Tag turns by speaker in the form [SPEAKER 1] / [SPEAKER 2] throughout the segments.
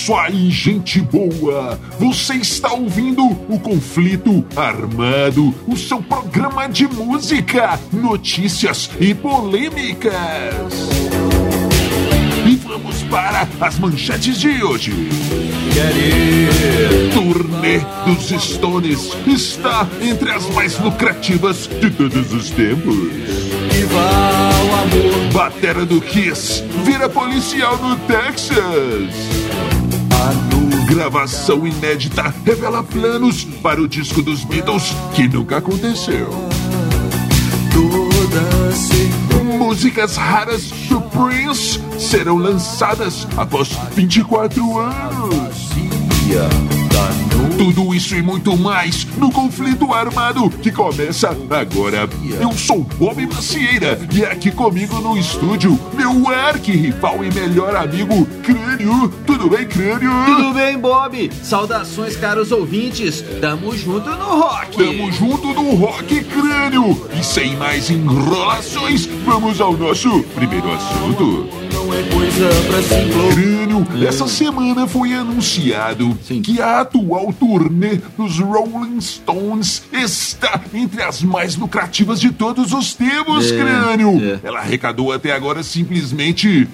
[SPEAKER 1] isso aí, gente boa! Você está ouvindo o Conflito Armado, o seu programa de música, notícias e polêmicas. E vamos para as manchetes de hoje. Turnê dos Stones está entre as mais lucrativas de todos os tempos. Batera do Kiss vira policial no Texas. Gravação inédita revela planos para o disco dos Beatles que nunca aconteceu. Músicas raras do Prince serão lançadas após 24 anos. Tudo isso e muito mais no Conflito Armado que começa agora. Eu sou Bob Macieira e aqui comigo no estúdio meu arquirrival e melhor amigo Crânio. Tudo bem, Crânio?
[SPEAKER 2] Tudo bem, Bob. Saudações, caros ouvintes. Tamo junto no rock.
[SPEAKER 1] Tamo junto no rock, Crânio. E sem mais enrolações, vamos ao nosso primeiro assunto.
[SPEAKER 2] Não é coisa pra se
[SPEAKER 1] Crânio, essa semana foi anunciado que a atual turnê dos Rolling Stones está entre as mais lucrativas de todos os tempos, Crânio. Ela arrecadou até agora simplesmente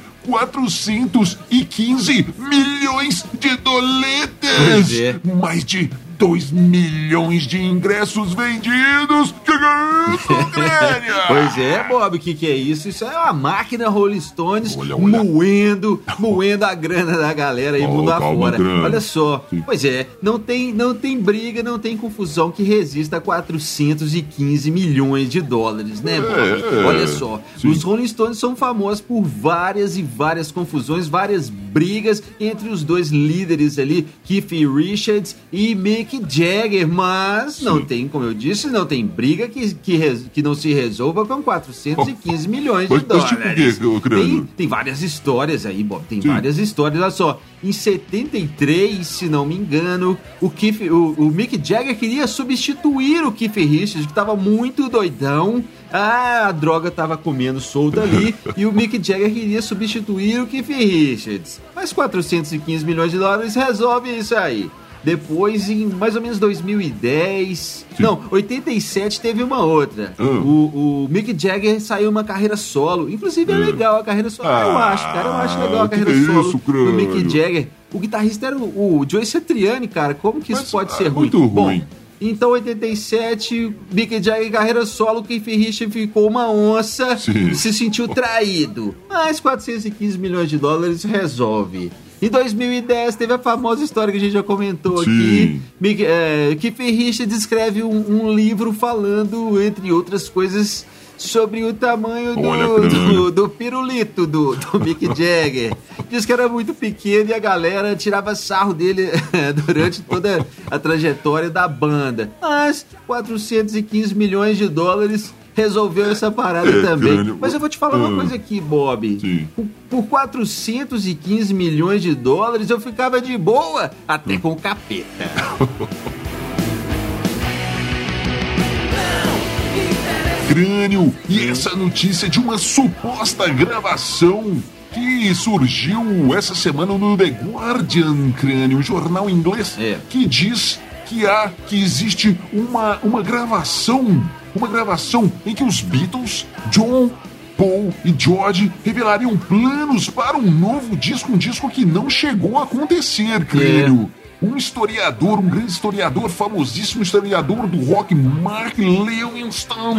[SPEAKER 1] 415 milhões de doletas. Mais de 2 milhões de ingressos vendidos. Que é isso, Crânio?
[SPEAKER 2] Pois é, Bob, o que é isso? Isso é uma máquina Rolling Stones moendo a grana da galera aí mundo afora. Olha só. Sim. Pois é, não tem briga, não tem confusão que resista a 415 milhões de dólares, né, Bob? Olha só, os Rolling Stones são famosos por várias e várias confusões, várias brigas entre os dois líderes ali, Keith Richards e Mick Jagger, mas não tem, como eu disse, não tem briga que não se resolva com 415 milhões de dólares. Tem várias histórias aí, Bob, várias histórias. Olha só, em 73, se não me engano, o Mick Jagger queria substituir o Keith Richards, que estava muito doidão. A droga tava comendo solta ali e o Mick Jagger queria substituir o Keith Richards. Mas 415 milhões de dólares resolve isso aí. Depois, em mais ou menos 2010... Não, 87 teve uma outra. O Mick Jagger saiu uma carreira solo. Inclusive é legal a carreira solo. Eu acho legal a carreira solo do Mick Jagger. O guitarrista era o Joe Satriani, cara. Como que isso pode ser ruim?
[SPEAKER 1] Muito ruim.
[SPEAKER 2] Bom, então, 87, Mick Jagger, carreira solo, Keith Richards ficou uma onça, se sentiu traído. Mas 415 milhões de dólares resolve. Em 2010, teve a famosa história que a gente já comentou aqui. Keith Richards escreve um livro falando, entre outras coisas, sobre o tamanho do pirulito do Mick Jagger. Diz que era muito pequeno e a galera tirava sarro dele durante toda a trajetória da banda. Mas 415 milhões de dólares resolveu essa parada também. Crânio. Mas eu vou te falar uma coisa aqui, Bob. Por 415 milhões de dólares eu ficava de boa até com o capeta.
[SPEAKER 1] Crânio, e essa notícia de uma suposta gravação que surgiu essa semana no The Guardian, Crânio, um jornal inglês, que diz que existe uma gravação em que os Beatles, John, Paul e George revelariam planos para um novo disco, um disco que não chegou a acontecer, Crânio. Um grande historiador, famosíssimo historiador do rock, Mark Levinson,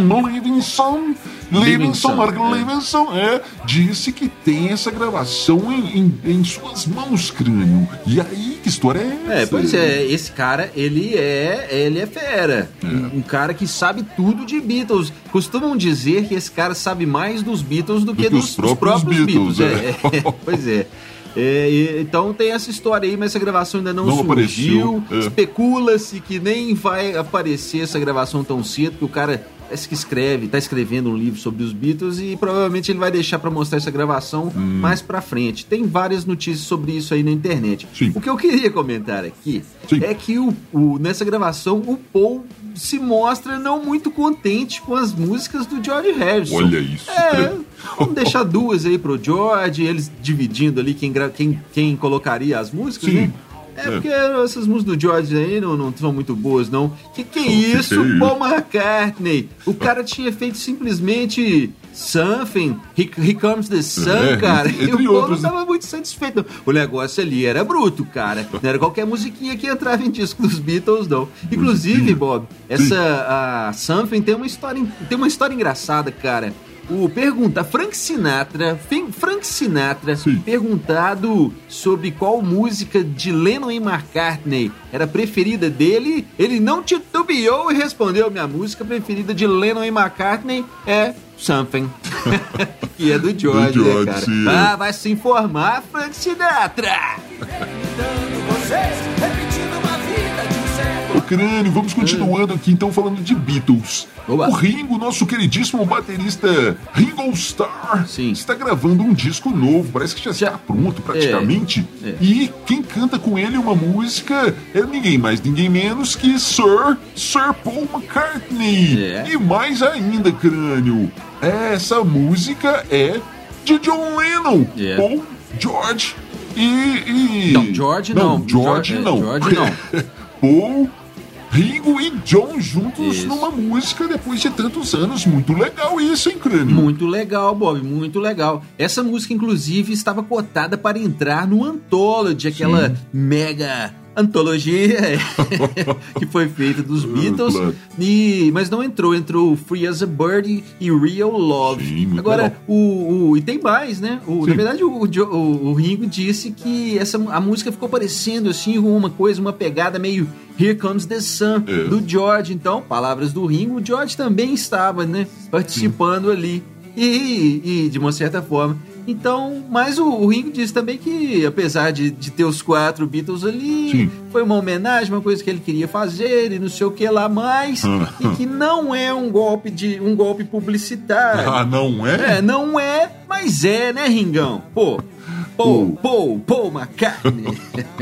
[SPEAKER 1] disse que tem essa gravação em suas mãos, Crânio. E aí, que história é essa?
[SPEAKER 2] Pois é, esse cara, ele é fera. Um cara que sabe tudo de Beatles. Costumam dizer que esse cara sabe mais dos Beatles do que dos próprios Beatles. Pois é. Então tem essa história aí, mas essa gravação ainda não surgiu. Especula-se que nem vai aparecer essa gravação tão cedo, porque o cara tá escrevendo um livro sobre os Beatles e provavelmente ele vai deixar para mostrar essa gravação mais pra frente. Tem várias notícias sobre isso aí na internet. O que eu queria comentar aqui é que nessa gravação o Paul se mostra não muito contente com as músicas do George Harrison.
[SPEAKER 1] Olha isso.
[SPEAKER 2] Vamos deixar 2 aí pro George, eles dividindo ali quem colocaria as músicas,
[SPEAKER 1] Sim.
[SPEAKER 2] né? Porque essas músicas do George aí não são muito boas, não. Que é isso, Paul McCartney? O cara tinha feito simplesmente Something, Here Comes the Sun, cara. E o Paul não estava muito satisfeito. O negócio ali era bruto, cara. Não era qualquer musiquinha que entrava em disco dos Beatles, não. Inclusive, Bob, a Something tem uma história engraçada, cara. Frank Sinatra, Sim. perguntado sobre qual música de Lennon e McCartney era a preferida dele, ele não titubeou e respondeu: minha música preferida de Lennon e McCartney é Something. Que é do George, né, cara?
[SPEAKER 1] Sim.
[SPEAKER 2] Vai se informar, Frank Sinatra!
[SPEAKER 1] Ô Crânio, vamos continuando aqui então falando de Beatles.
[SPEAKER 2] Oba.
[SPEAKER 1] O Ringo, nosso queridíssimo baterista Ringo Starr, está gravando um disco novo, parece que já está pronto praticamente. E quem canta com ele uma música é ninguém mais, ninguém menos que Sir Paul McCartney. E mais ainda, Crânio, essa música é de John Lennon, Paul, George e...
[SPEAKER 2] Não, George não.
[SPEAKER 1] George não. Paul, Ringo e John juntos numa música depois de tantos anos. Muito legal isso, hein, Crânio?
[SPEAKER 2] Muito legal, Bob, muito legal. Essa música, inclusive, estava cotada para entrar no Anthology, aquela mega antologia que foi feita dos Beatles,
[SPEAKER 1] claro.
[SPEAKER 2] Mas não entrou Free as a Bird e Real Love.
[SPEAKER 1] Sim,
[SPEAKER 2] agora, e tem mais, né? Na verdade, o Ringo disse que a música ficou parecendo assim uma pegada meio Here Comes the Sun, do George. Então, palavras do Ringo, o George também estava, né, participando ali. E de uma certa forma. Então, mas o Ringo disse também que, apesar de ter os 4 Beatles ali, foi uma homenagem, uma coisa que ele queria fazer e não sei o que lá mais, e que não é um golpe publicitário.
[SPEAKER 1] Ah, não é?
[SPEAKER 2] Não é, mas é, né, Ringão? Paul McCartney.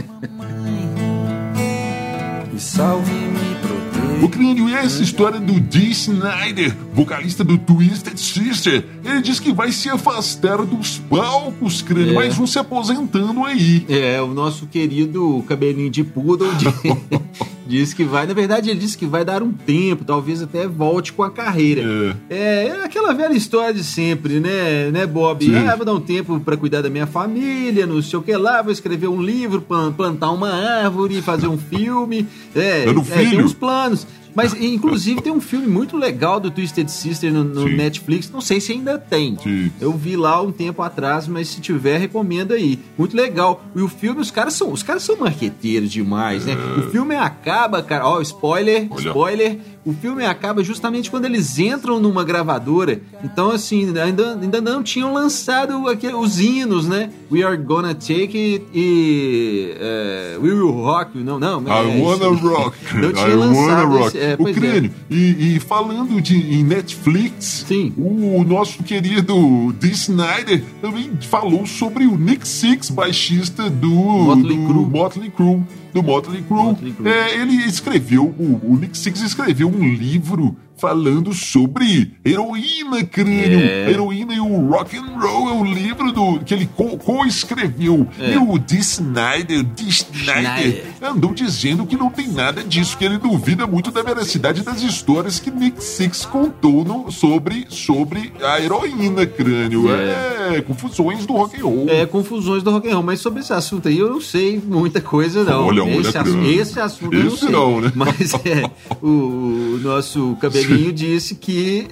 [SPEAKER 3] Salve-me,
[SPEAKER 1] O Crânio, e essa história do Dee Snider, vocalista do Twisted Sister, ele diz que vai se afastar dos palcos, Crânio, mas vão se aposentando aí.
[SPEAKER 2] O nosso querido cabelinho de poodle diz que vai, na verdade ele disse que vai dar um tempo, talvez até volte com a carreira. É aquela velha história de sempre, né Bob? Vou dar um tempo pra cuidar da minha família, não sei o que lá, vou escrever um livro, plantar uma árvore, fazer um filme. Tem uns planos. Mas, inclusive, tem um filme muito legal do Twisted Sister no Netflix. Não sei se ainda tem. Eu vi lá um tempo atrás, mas se tiver, recomendo aí. Muito legal. E o filme, os caras são marqueteiros demais, né? O filme acaba, cara... spoiler. O filme acaba justamente quando eles entram numa gravadora. Então, assim, ainda não tinham lançado os hinos, né? We Are Gonna Take It e We Will Rock You. Não.
[SPEAKER 1] I Wanna Rock.
[SPEAKER 2] Não tinha lançado
[SPEAKER 1] o Crânio. E falando em Netflix, o nosso querido Dee Snider também falou sobre o Nick Six, baixista do Motley Crue. Ele escreveu, o Nick Six escreveu um livro falando sobre heroína, Crânio. Heroína e o rock and roll é o livro que ele co-escreveu. E o Dee Snider andou dizendo que não tem nada disso, que ele duvida muito da veracidade das histórias que Nick Six contou sobre a heroína, Crânio. Confusões do rock and roll.
[SPEAKER 2] Confusões do rock and roll, mas sobre esse assunto aí eu não sei muita coisa, não. Esse assunto eu não sei.
[SPEAKER 1] Não, né?
[SPEAKER 2] Mas o nosso cabelinho disse que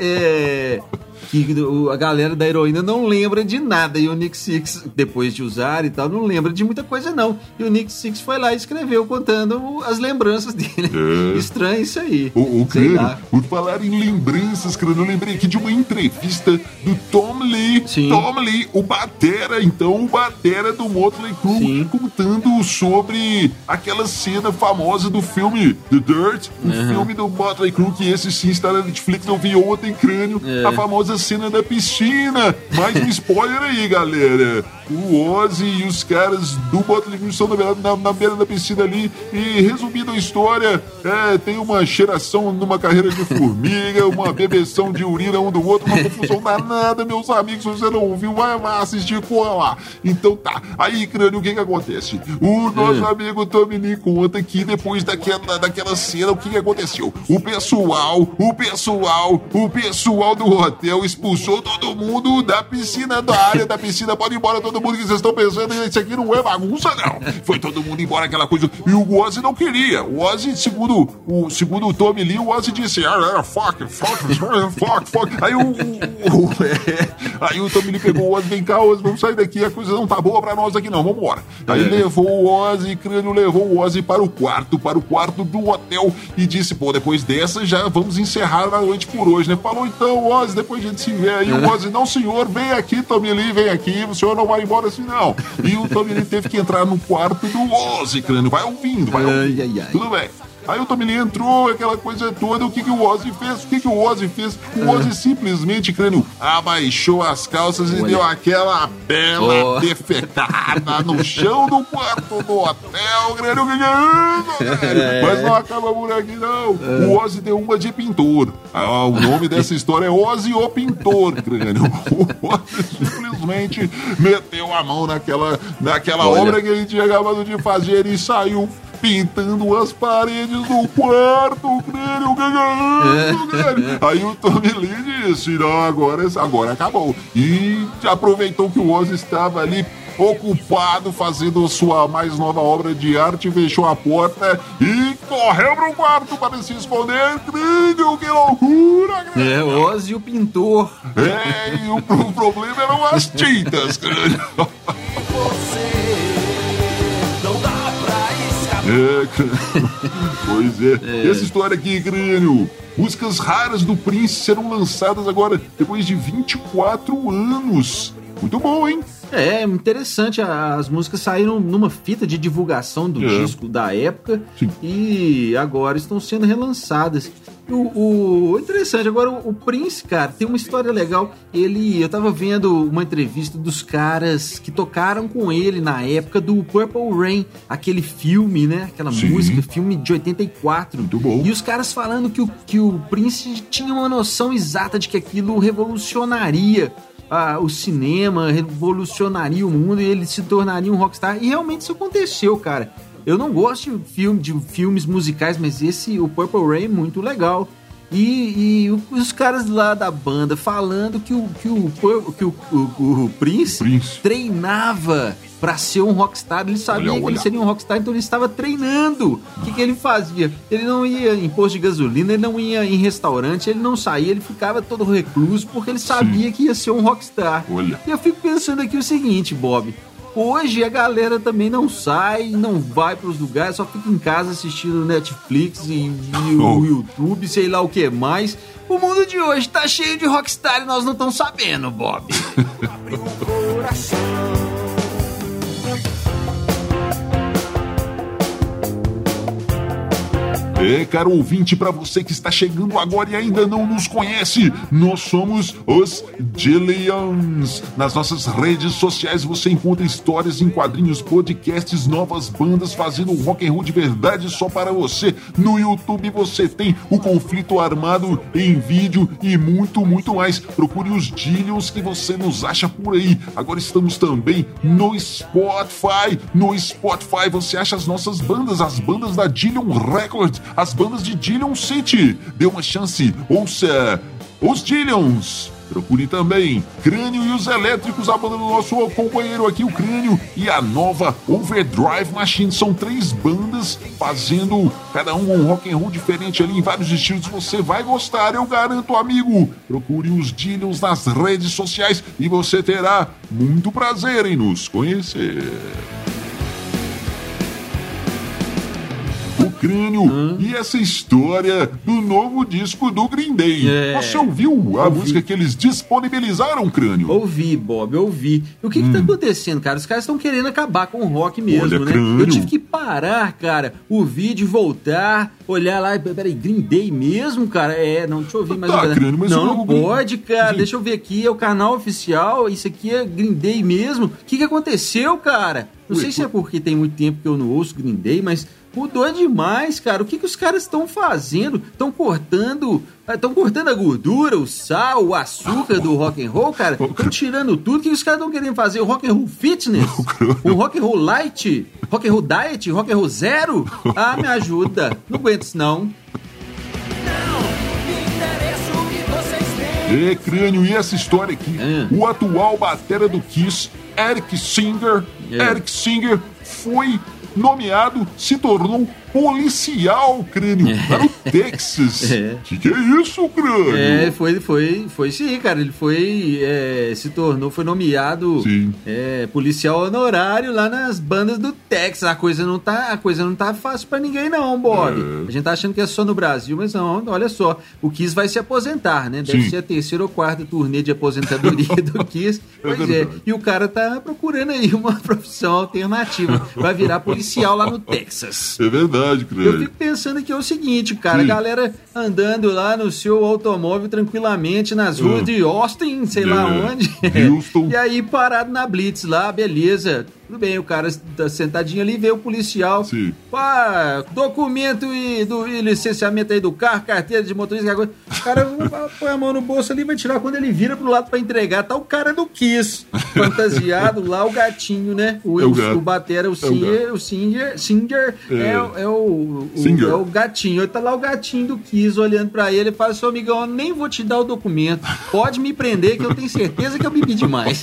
[SPEAKER 2] a galera da heroína não lembra de nada, e o Nick Six, depois de usar e tal, não lembra de muita coisa não, e o Nick Six foi lá e escreveu contando as lembranças dele. Estranho isso aí.
[SPEAKER 1] Por falar em lembranças, eu lembrei aqui de uma entrevista do Tom Lee. Tom Lee, o batera do Motley Crue, contando sobre aquela cena famosa do filme The Dirt, o filme do Motley Crue, que esse sim está na Netflix, eu vi ontem, Crânio, a famosa famosa cena da piscina. Mais um spoiler aí, galera. O Ozzy e os caras do Motley Crue estão na beira da piscina ali. E resumindo a história, tem uma cheiração numa carreira de formiga, uma bebeção de urina um do outro, uma confusão danada, meus amigos. Se você não ouviu, vai assistir, corra lá. Então tá, aí, Crânio, o que acontece? O nosso amigo Tommy Lee conta que depois daquela cena, o que aconteceu? O pessoal do hotel expulsou todo mundo da piscina, da área da piscina. Pode ir embora todo mundo, que vocês estão pensando, isso aqui não é bagunça, não. Foi todo mundo embora, aquela coisa. E o Ozzy não queria. O Ozzy, segundo o Tommy Lee, o Ozzy disse, fuck. Aí o Tommy Lee pegou o Ozzy, vem cá, Ozzy, vamos sair daqui, a coisa não tá boa pra nós aqui não, vamos embora. Aí levou o Ozzy, Crânio levou o Ozzy para o quarto do hotel e disse, depois dessa já vamos encerrar a noite por hoje, né? Falou, então, Ozzy, depois a gente se vê aí. O Ozzy, não senhor, vem aqui, Tommy Lee, vem aqui, o senhor não vai embora assim não. E o Tommy Lee teve que entrar no quarto do Ozzy, Crânio, vai ouvindo. Tudo bem. Aí o Tommy Lee entrou, aquela coisa toda. O que o Ozzy fez? O Ozzy simplesmente, Crânio, abaixou as calças e deu aquela bela defecada no chão do quarto do hotel, Crânio. Mas não acaba por aqui, não. O Ozzy deu uma de pintor. O nome dessa história é Ozzy o Pintor, Crânio. O Ozzy simplesmente meteu a mão naquela obra que ele tinha acabado de fazer e saiu pintando as paredes do quarto, Crânio. Aí o Tommy Lee disse, não, agora acabou. E aproveitou que o Ozzy estava ali ocupado fazendo sua mais nova obra de arte, fechou a porta e correu pro quarto para se esconder. Crânio, que loucura, Crânio.
[SPEAKER 2] Ozzy o Pintor.
[SPEAKER 1] E o problema eram as tintas, Crânio. Pois é. Essa história aqui, Crânio. Músicas raras do Prince serão lançadas agora, depois de 24 anos. Muito bom, hein?
[SPEAKER 2] Interessante. As músicas saíram numa fita de divulgação do disco da época. Sim. E agora estão sendo relançadas. O interessante, agora o Prince, cara, tem uma história legal. Eu tava vendo uma entrevista dos caras que tocaram com ele na época do Purple Rain, aquele filme, né? Aquela música, filme de 84.
[SPEAKER 1] Muito bom.
[SPEAKER 2] E os caras falando que o Prince tinha uma noção exata de que aquilo revolucionaria o cinema, revolucionaria o mundo e ele se tornaria um rockstar. E realmente isso aconteceu, cara. Eu não gosto de filmes musicais, mas o Purple Rain é muito legal. E os caras lá da banda falando que o Prince treinava pra ser um rockstar. Ele sabia que ele seria um rockstar, então ele estava treinando. O que ele fazia? Ele não ia em posto de gasolina, ele não ia em restaurante, ele não saía, ele ficava todo recluso porque ele sabia que ia ser um rockstar. E eu fico pensando aqui o seguinte, Bob. Hoje a galera também não sai, não vai pros lugares, só fica em casa assistindo Netflix e o YouTube, sei lá o que mais. O mundo de hoje tá cheio de rockstar e nós não estamos sabendo, Bob. Abriu o coração.
[SPEAKER 1] Caro ouvinte, para você que está chegando agora e ainda não nos conhece, nós somos os Jillians. Nas nossas redes sociais você encontra histórias em quadrinhos, podcasts, novas bandas fazendo rock and roll de verdade só para você. No YouTube você tem o Conflito Armado em vídeo e muito, muito mais. Procure os Jillians que você nos acha por aí. Agora estamos também no Spotify. No Spotify você acha as nossas bandas, as bandas da Jillian Records, as bandas de Jillian City. Dê uma chance, ouça os Jillians. Procure também Crânio e os Elétricos, a banda do nosso companheiro aqui, o Crânio, e a nova Overdrive Machine. São 3 bandas fazendo cada um rock and roll diferente ali em vários estilos. Você vai gostar, eu garanto, amigo. Procure os Jillians nas redes sociais e você terá muito prazer em nos conhecer. Crânio, e essa história do novo disco do Green Day. Você ouviu a música que eles disponibilizaram, Crânio?
[SPEAKER 2] Ouvi, Bob, ouvi. E o que tá acontecendo, cara? Os caras estão querendo acabar com o rock mesmo,
[SPEAKER 1] Olha,
[SPEAKER 2] né?
[SPEAKER 1] Crânio.
[SPEAKER 2] Eu tive que parar, cara, o vídeo, voltar, olhar lá, peraí, Green Day mesmo, cara? Não, deixa eu ouvir mais uma
[SPEAKER 1] Crânio, mas
[SPEAKER 2] não pode, cara,
[SPEAKER 1] Sim.
[SPEAKER 2] deixa eu ver aqui, é o canal oficial, isso aqui é Green Day mesmo? O que aconteceu, cara? Não sei se é porque tem muito tempo que eu não ouço Green Day, mas mudou demais, cara. O que os caras estão fazendo? Estão cortando a gordura, o sal, o açúcar do rock and roll, cara. Estão tirando tudo. O que os caras estão querendo fazer? O rock and roll fitness? O rock and roll light? Rock and roll diet? Rock and roll zero? Ah, me ajuda. Não aguento isso, não.
[SPEAKER 1] Crânio, e essa história aqui? O atual batera do Kiss, Eric Singer, foi nomeado, se tornou policial, Crânio, lá no Texas. Que é isso, Crânio?
[SPEAKER 2] Foi sim, cara. Ele foi nomeado policial honorário lá nas bandas do Texas. A coisa não tá fácil pra ninguém não, Bob. A gente tá achando que é só no Brasil, mas não, olha só. O Kiss vai se aposentar, né? Deve ser a terceira ou quarta turnê de aposentadoria do Kiss. E o cara tá procurando aí uma profissão alternativa. Vai virar policial lá no Texas.
[SPEAKER 1] É verdade.
[SPEAKER 2] Eu fico pensando que é o seguinte, cara, a galera andando lá no seu automóvel tranquilamente nas ruas de Austin, sei lá onde,
[SPEAKER 1] Houston.
[SPEAKER 2] E aí parado na Blitz lá, beleza, tudo bem, o cara tá sentadinho ali, vê o policial, documento e licenciamento aí do carro, carteira de motorista, o cara põe a mão no bolso ali, vai tirar, quando ele vira pro lado pra entregar, tá o cara do Kiss, fantasiado lá, o gatinho, né, o batera, o Singer é o gatinho. Tá lá o gatinho do Kiss olhando pra ele e fala: seu amigão, eu nem vou te dar o documento. Pode me prender que eu tenho certeza que eu bebi demais.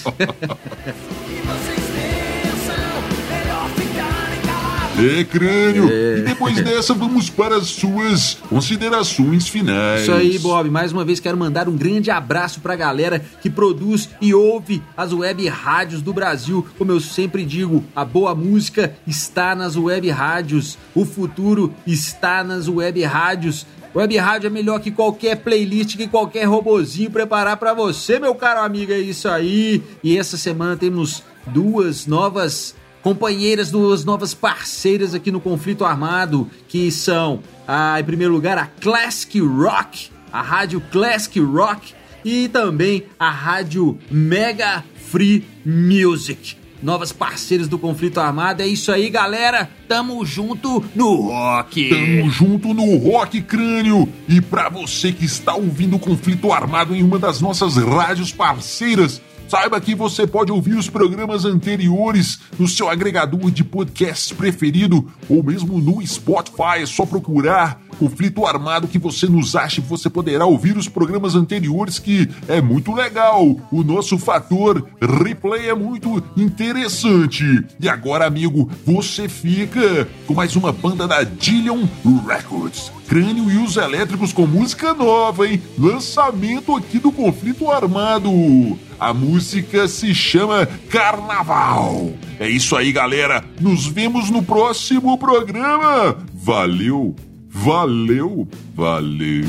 [SPEAKER 1] Crânio. E depois dessa, vamos para as suas considerações finais.
[SPEAKER 2] Isso aí, Bob. Mais uma vez quero mandar um grande abraço pra galera que produz e ouve as web rádios do Brasil. Como eu sempre digo, a boa música está nas web rádios. O futuro está nas web rádios. Web rádio é melhor que qualquer playlist, que qualquer robozinho preparar pra você, meu caro amigo. É isso aí. E essa semana temos duas novas companheiras, duas novas parceiras aqui no Conflito Armado, que são, em primeiro lugar, a Classic Rock, a rádio Classic Rock, e também a rádio Mega Free Music. Novas parceiras do Conflito Armado. É isso aí, galera. Tamo junto no rock.
[SPEAKER 1] Tamo junto no rock, Crânio. E pra você que está ouvindo o Conflito Armado em uma das nossas rádios parceiras, saiba que você pode ouvir os programas anteriores no seu agregador de podcast preferido ou mesmo no Spotify. É só procurar Conflito Armado que você nos acha e você poderá ouvir os programas anteriores, que é muito legal. O nosso fator replay é muito interessante. E agora, amigo, você fica com mais uma banda da Dillion Records. Crânio e os Elétricos com música nova, hein? Lançamento aqui do Conflito Armado. A música se chama Carnaval. É isso aí, galera. Nos vemos no próximo programa. Valeu, valeu, valeu.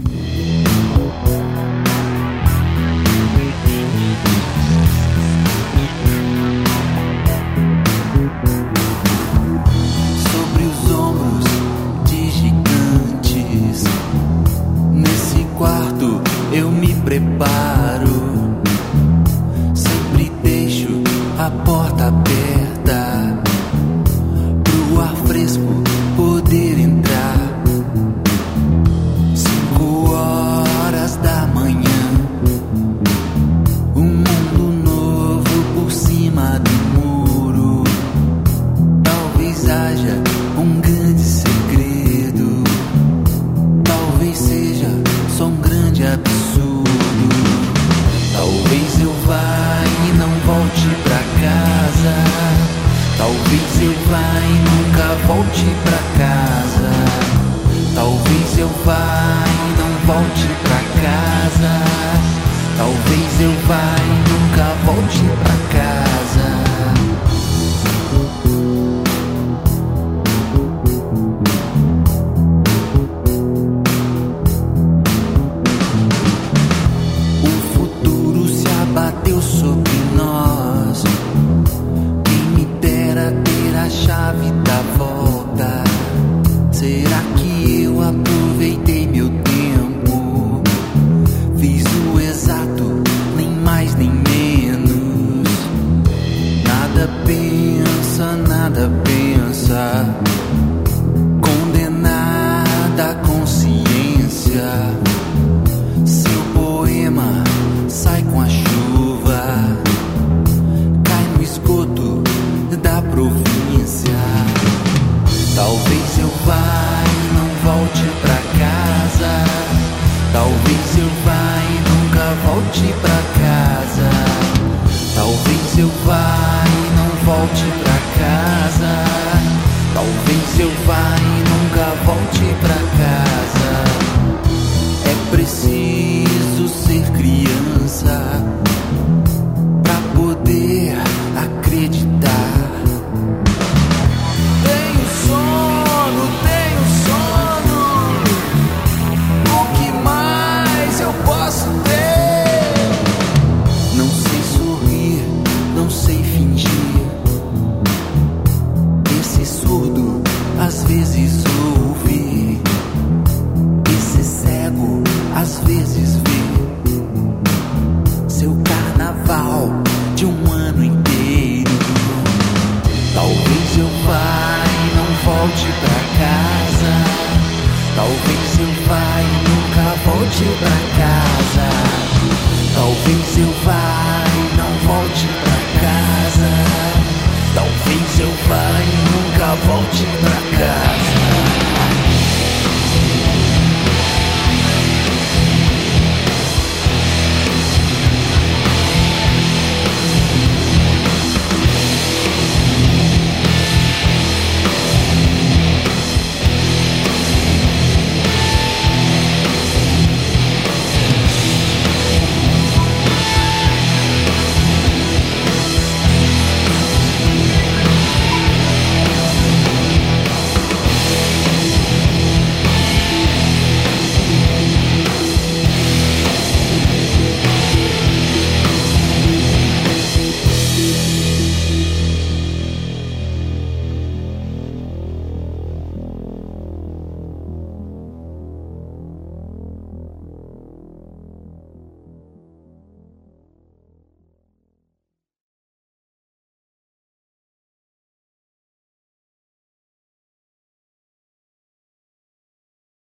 [SPEAKER 3] Sobre os ombros de gigantes, nesse quarto eu me preparo. Sempre deixo a porta aberta pro ar fresco poder entrar. 5h da manhã, um mundo novo por cima do muro. Talvez haja um grande segredo, talvez seja só um grande absurdo. Talvez eu vá e não volte pra casa. Talvez eu vá e nunca volte pra casa. Talvez eu vá e não volte pra casa. Talvez eu vá e nunca volte pra casa. eu vá e nunca volte pra casa. Talvez eu vá e não volte pra casa. Talvez eu vá e nunca volte pra